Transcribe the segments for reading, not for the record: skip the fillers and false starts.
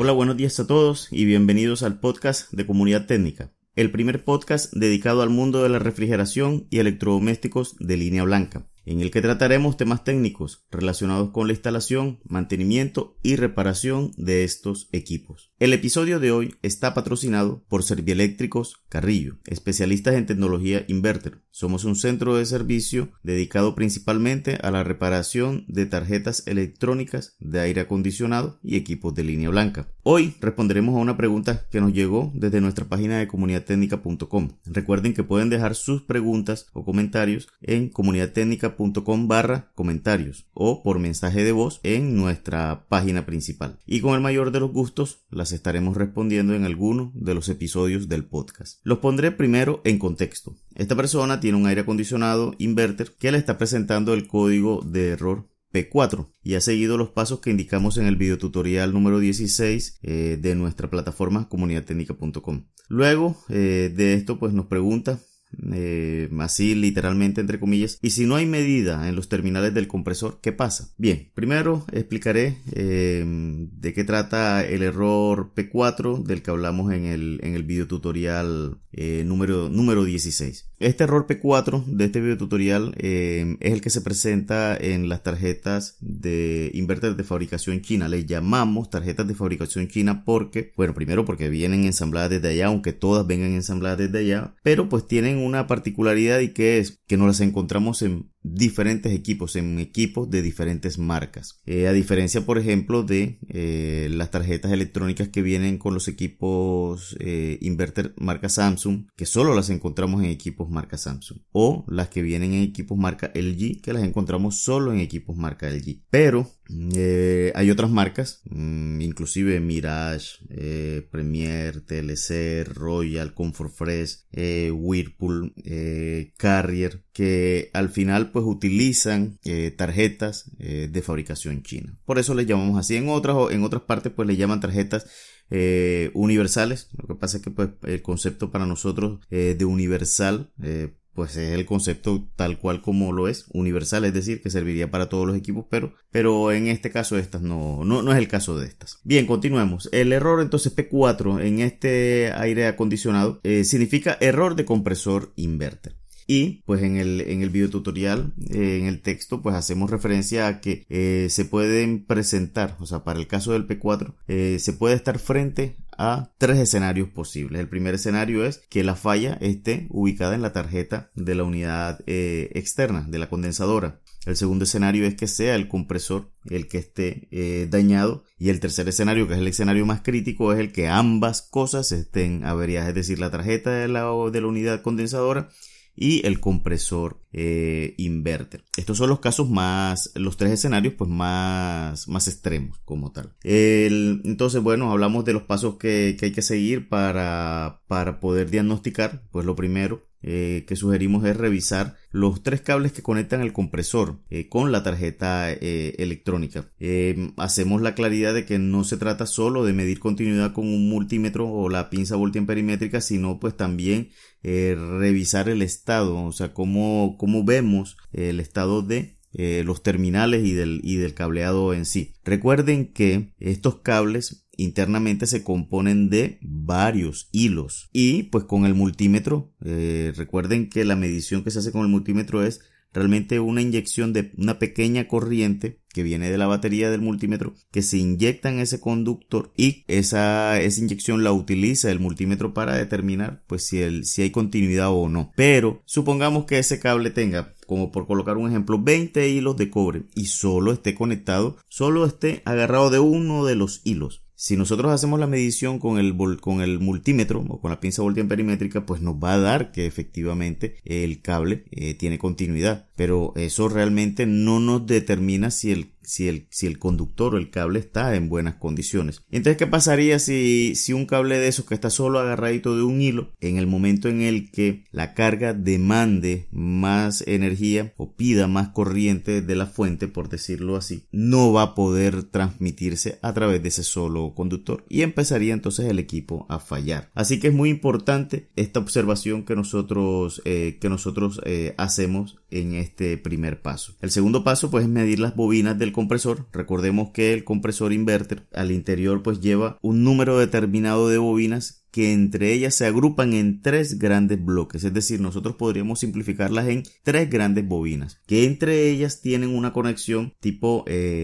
Hola, buenos días a todos y bienvenidos al podcast de Comunidad Técnica, el primer podcast dedicado al mundo de la refrigeración y electrodomésticos de línea blanca, en el que trataremos temas técnicos relacionados con la instalación, mantenimiento y reparación de estos equipos. El episodio de hoy está patrocinado por Servieléctricos Carrillo, especialistas en tecnología inverter. Somos un centro de servicio dedicado principalmente a la reparación de tarjetas electrónicas de aire acondicionado y equipos de línea blanca. Hoy responderemos a una pregunta que nos llegó desde nuestra página de comunidadtecnica.com. Recuerden que pueden dejar sus preguntas o comentarios en comunidadtecnica.com/comentarios o por mensaje de voz en nuestra página principal. Y con el mayor de los gustos las estaremos respondiendo en alguno de los episodios del podcast. Los pondré primero en contexto. Esta persona tiene un aire acondicionado inverter que le está presentando el código de error P4 y ha seguido los pasos que indicamos en el videotutorial número 16 de nuestra plataforma comunidadtecnica.com. Luego de esto pues nos pregunta así literalmente entre comillas, y si no hay medida en los terminales del compresor, ¿qué pasa? Bien, primero explicaré de qué trata el error P4 del que hablamos en el videotutorial número 16. Este error P4 de este videotutorial es el que se presenta en las tarjetas de inverter de fabricación china. Le llamamos tarjetas de fabricación china porque, bueno, primero porque vienen ensambladas desde allá, aunque todas vengan ensambladas desde allá, pero pues tienen una particularidad, y que es que nos las encontramos en diferentes equipos, en equipos de diferentes marcas. A diferencia, por ejemplo, de las tarjetas electrónicas que vienen con los equipos inverter marca Samsung, que solo las encontramos en equipos marca Samsung, o las que vienen en equipos marca LG, que las encontramos solo en equipos marca LG. Pero hay otras marcas, inclusive Mirage, Premier, TLC, Royal, Comfort Fresh, Whirlpool, Carrier, que al final pues utilizan tarjetas de fabricación china. Por eso les llamamos así. En otras partes pues le llaman tarjetas universales. Lo que pasa es que pues el concepto para nosotros de universal pues es el concepto tal cual como lo es, universal, es decir, que serviría para todos los equipos, pero en este caso estas no es el caso de estas. Bien, continuemos. El error entonces P4 en este aire acondicionado significa error de compresor inverter. Y pues en el video tutorial, en el texto, pues hacemos referencia a que se pueden presentar, o sea, para el caso del P4, se puede estar frente a tres escenarios posibles. El primer escenario es que la falla esté ubicada en la tarjeta de la unidad externa, de la condensadora. El segundo escenario es que sea el compresor el que esté dañado. Y el tercer escenario, que es el escenario más crítico, es el que ambas cosas estén averiadas, es decir, la tarjeta de la unidad condensadora y el compresor inverter. Estos son los casos los tres escenarios pues más extremos como tal. Entonces, bueno, hablamos de los pasos que hay que seguir para poder diagnosticar. Pues lo primero que sugerimos es revisar los tres cables que conectan el compresor con la tarjeta electrónica. Hacemos la claridad de que no se trata solo de medir continuidad con un multímetro o la pinza voltiamperimétrica, sino pues también revisar el estado, o sea, cómo vemos el estado de los terminales y del cableado en sí. Recuerden que estos cables internamente se componen de varios hilos, y pues con el multímetro, recuerden que la medición que se hace con el multímetro es realmente una inyección de una pequeña corriente que viene de la batería del multímetro, que se inyecta en ese conductor, y esa inyección la utiliza el multímetro para determinar pues si hay continuidad o no. Pero supongamos que ese cable tenga, como por colocar un ejemplo, 20 hilos de cobre y solo esté agarrado de uno de los hilos. Si nosotros hacemos la medición con el multímetro o con la pinza voltiamperimétrica, pues nos va a dar que efectivamente el cable tiene continuidad, pero eso realmente no nos determina si el conductor o el cable está en buenas condiciones. Entonces, ¿qué pasaría si un cable de esos que está solo agarradito de un hilo, en el momento en el que la carga demande más energía o pida más corriente de la fuente, por decirlo así, no va a poder transmitirse a través de ese solo otro conductor y empezaría entonces el equipo a fallar. Así que es muy importante esta observación que nosotros hacemos en este primer paso. El segundo paso pues es medir las bobinas del compresor. Recordemos que el compresor inverter al interior pues lleva un número determinado de bobinas que entre ellas se agrupan en 3 grandes bloques, es decir, nosotros podríamos simplificarlas en 3 grandes bobinas, que entre ellas tienen una conexión tipo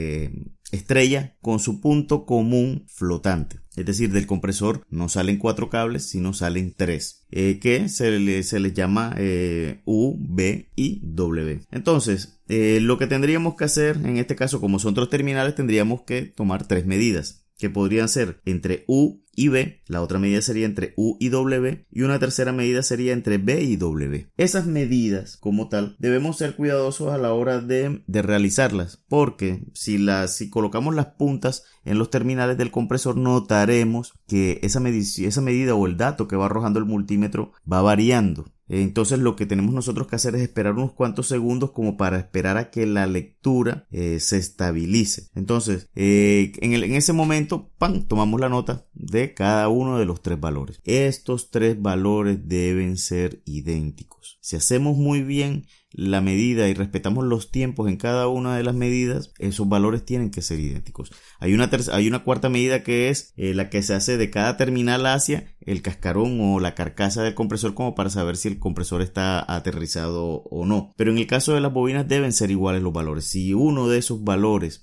estrella con su punto común flotante. Es decir, del compresor no salen 4 cables, sino salen 3, que se les llama U, B y W. Entonces, lo que tendríamos que hacer, en este caso, como son 3 terminales, tendríamos que tomar 3 medidas, que podrían ser entre U y B, la otra medida sería entre U y W y una tercera medida sería entre B y W. Esas medidas como tal debemos ser cuidadosos a la hora de realizarlas, porque si colocamos las puntas en los terminales del compresor notaremos que esa medida o el dato que va arrojando el multímetro va variando. Entonces lo que tenemos nosotros que hacer es esperar unos cuantos segundos como para esperar a que la lectura se estabilice. Entonces en ese momento tomamos la nota de cada uno de los 3 valores. Estos 3 valores deben ser idénticos. Si hacemos muy bien la medida y respetamos los tiempos en cada una de las medidas, esos valores tienen que ser idénticos. Hay una cuarta medida que es la que se hace de cada terminal hacia el cascarón o la carcasa del compresor, como para saber si el compresor está aterrizado o no. Pero en el caso de las bobinas deben ser iguales los valores. Si uno de esos valores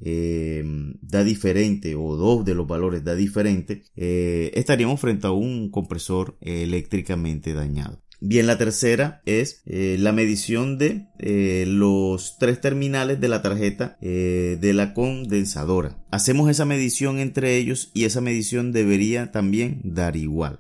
da diferente o 2 de los valores da diferente, estaríamos frente a un compresor eléctricamente dañado. Bien, la tercera es la medición de los 3 terminales de la tarjeta de la condensadora. Hacemos esa medición entre ellos y esa medición debería también dar igual.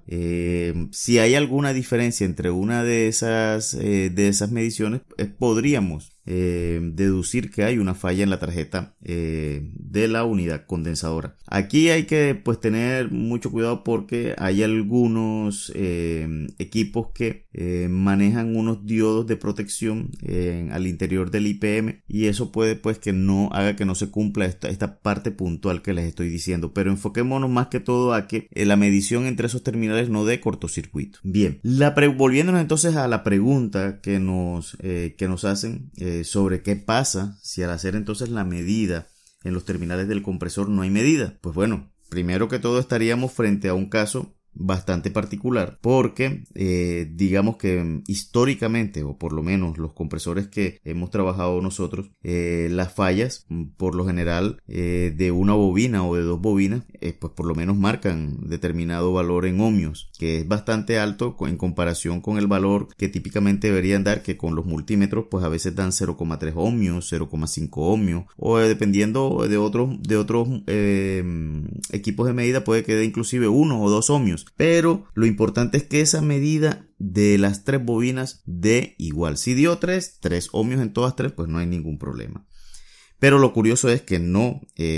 Si hay alguna diferencia entre una de esas mediciones, podríamos deducir que hay una falla en la tarjeta de la unidad condensadora. Aquí hay que tener mucho cuidado porque hay algunos equipos que manejan unos diodos de protección al interior del IPM y eso puede que no haga que no se cumpla esta parte puntual que les estoy diciendo, pero enfoquémonos más que todo a que la medición entre esos terminales no dé cortocircuito. Bien, volviéndonos entonces a la pregunta que nos hacen sobre qué pasa si al hacer entonces la medida en los terminales del compresor no hay medida. Pues bueno, primero que todo estaríamos frente a un caso bastante particular porque digamos que históricamente, o por lo menos los compresores que hemos trabajado nosotros, las fallas por lo general de una bobina o de 2 bobinas pues por lo menos marcan determinado valor en ohmios, que es bastante alto en comparación con el valor que típicamente deberían dar, que con los multímetros pues a veces dan 0,3 ohmios, 0,5 ohmios, o dependiendo de otros equipos de medida puede que dé inclusive 1 o 2 ohmios. Pero lo importante es que esa medida de las 3 bobinas dé igual. Si dio 3 ohmios en todas 3, pues no hay ningún problema. Pero lo curioso es que no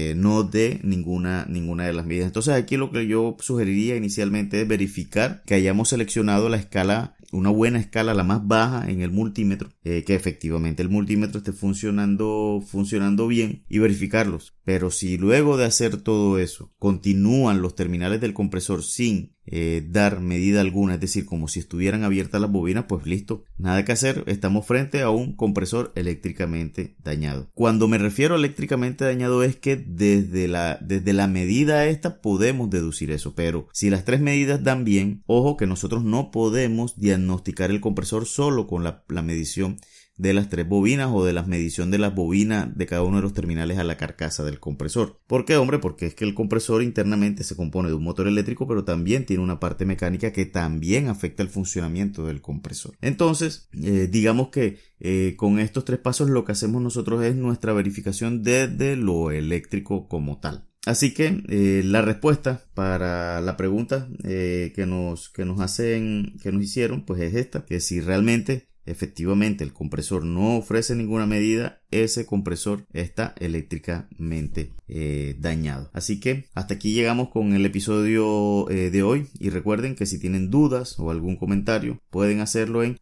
dé ninguna de las medidas. Entonces aquí lo que yo sugeriría inicialmente es verificar que hayamos seleccionado la escala, una buena escala, la más baja en el multímetro, que efectivamente el multímetro esté funcionando bien y verificarlos. Pero si luego de hacer todo eso continúan los terminales del compresor sin dar medida alguna, es decir, como si estuvieran abiertas las bobinas, pues listo, nada que hacer, estamos frente a un compresor eléctricamente dañado. Cuando me refiero a eléctricamente dañado es que desde la medida esta podemos deducir eso, pero si las 3 medidas dan bien, ojo que nosotros no podemos diagnosticar el compresor solo con la medición de las 3 bobinas o de la medición de las bobinas de cada uno de los terminales a la carcasa del compresor. ¿Por qué, hombre? Porque es que el compresor internamente se compone de un motor eléctrico, pero también tiene una parte mecánica que también afecta el funcionamiento del compresor. Entonces, digamos que con estos 3 pasos lo que hacemos nosotros es nuestra verificación desde lo eléctrico como tal. Así que la respuesta para la pregunta que nos hicieron, pues es esta, que si realmente efectivamente el compresor no ofrece ninguna medida, ese compresor está eléctricamente dañado. Así que hasta aquí llegamos con el episodio de hoy y recuerden que si tienen dudas o algún comentario pueden hacerlo en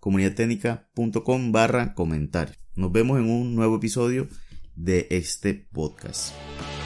comunidadtecnica.com/comentario. Nos vemos en un nuevo episodio de este podcast.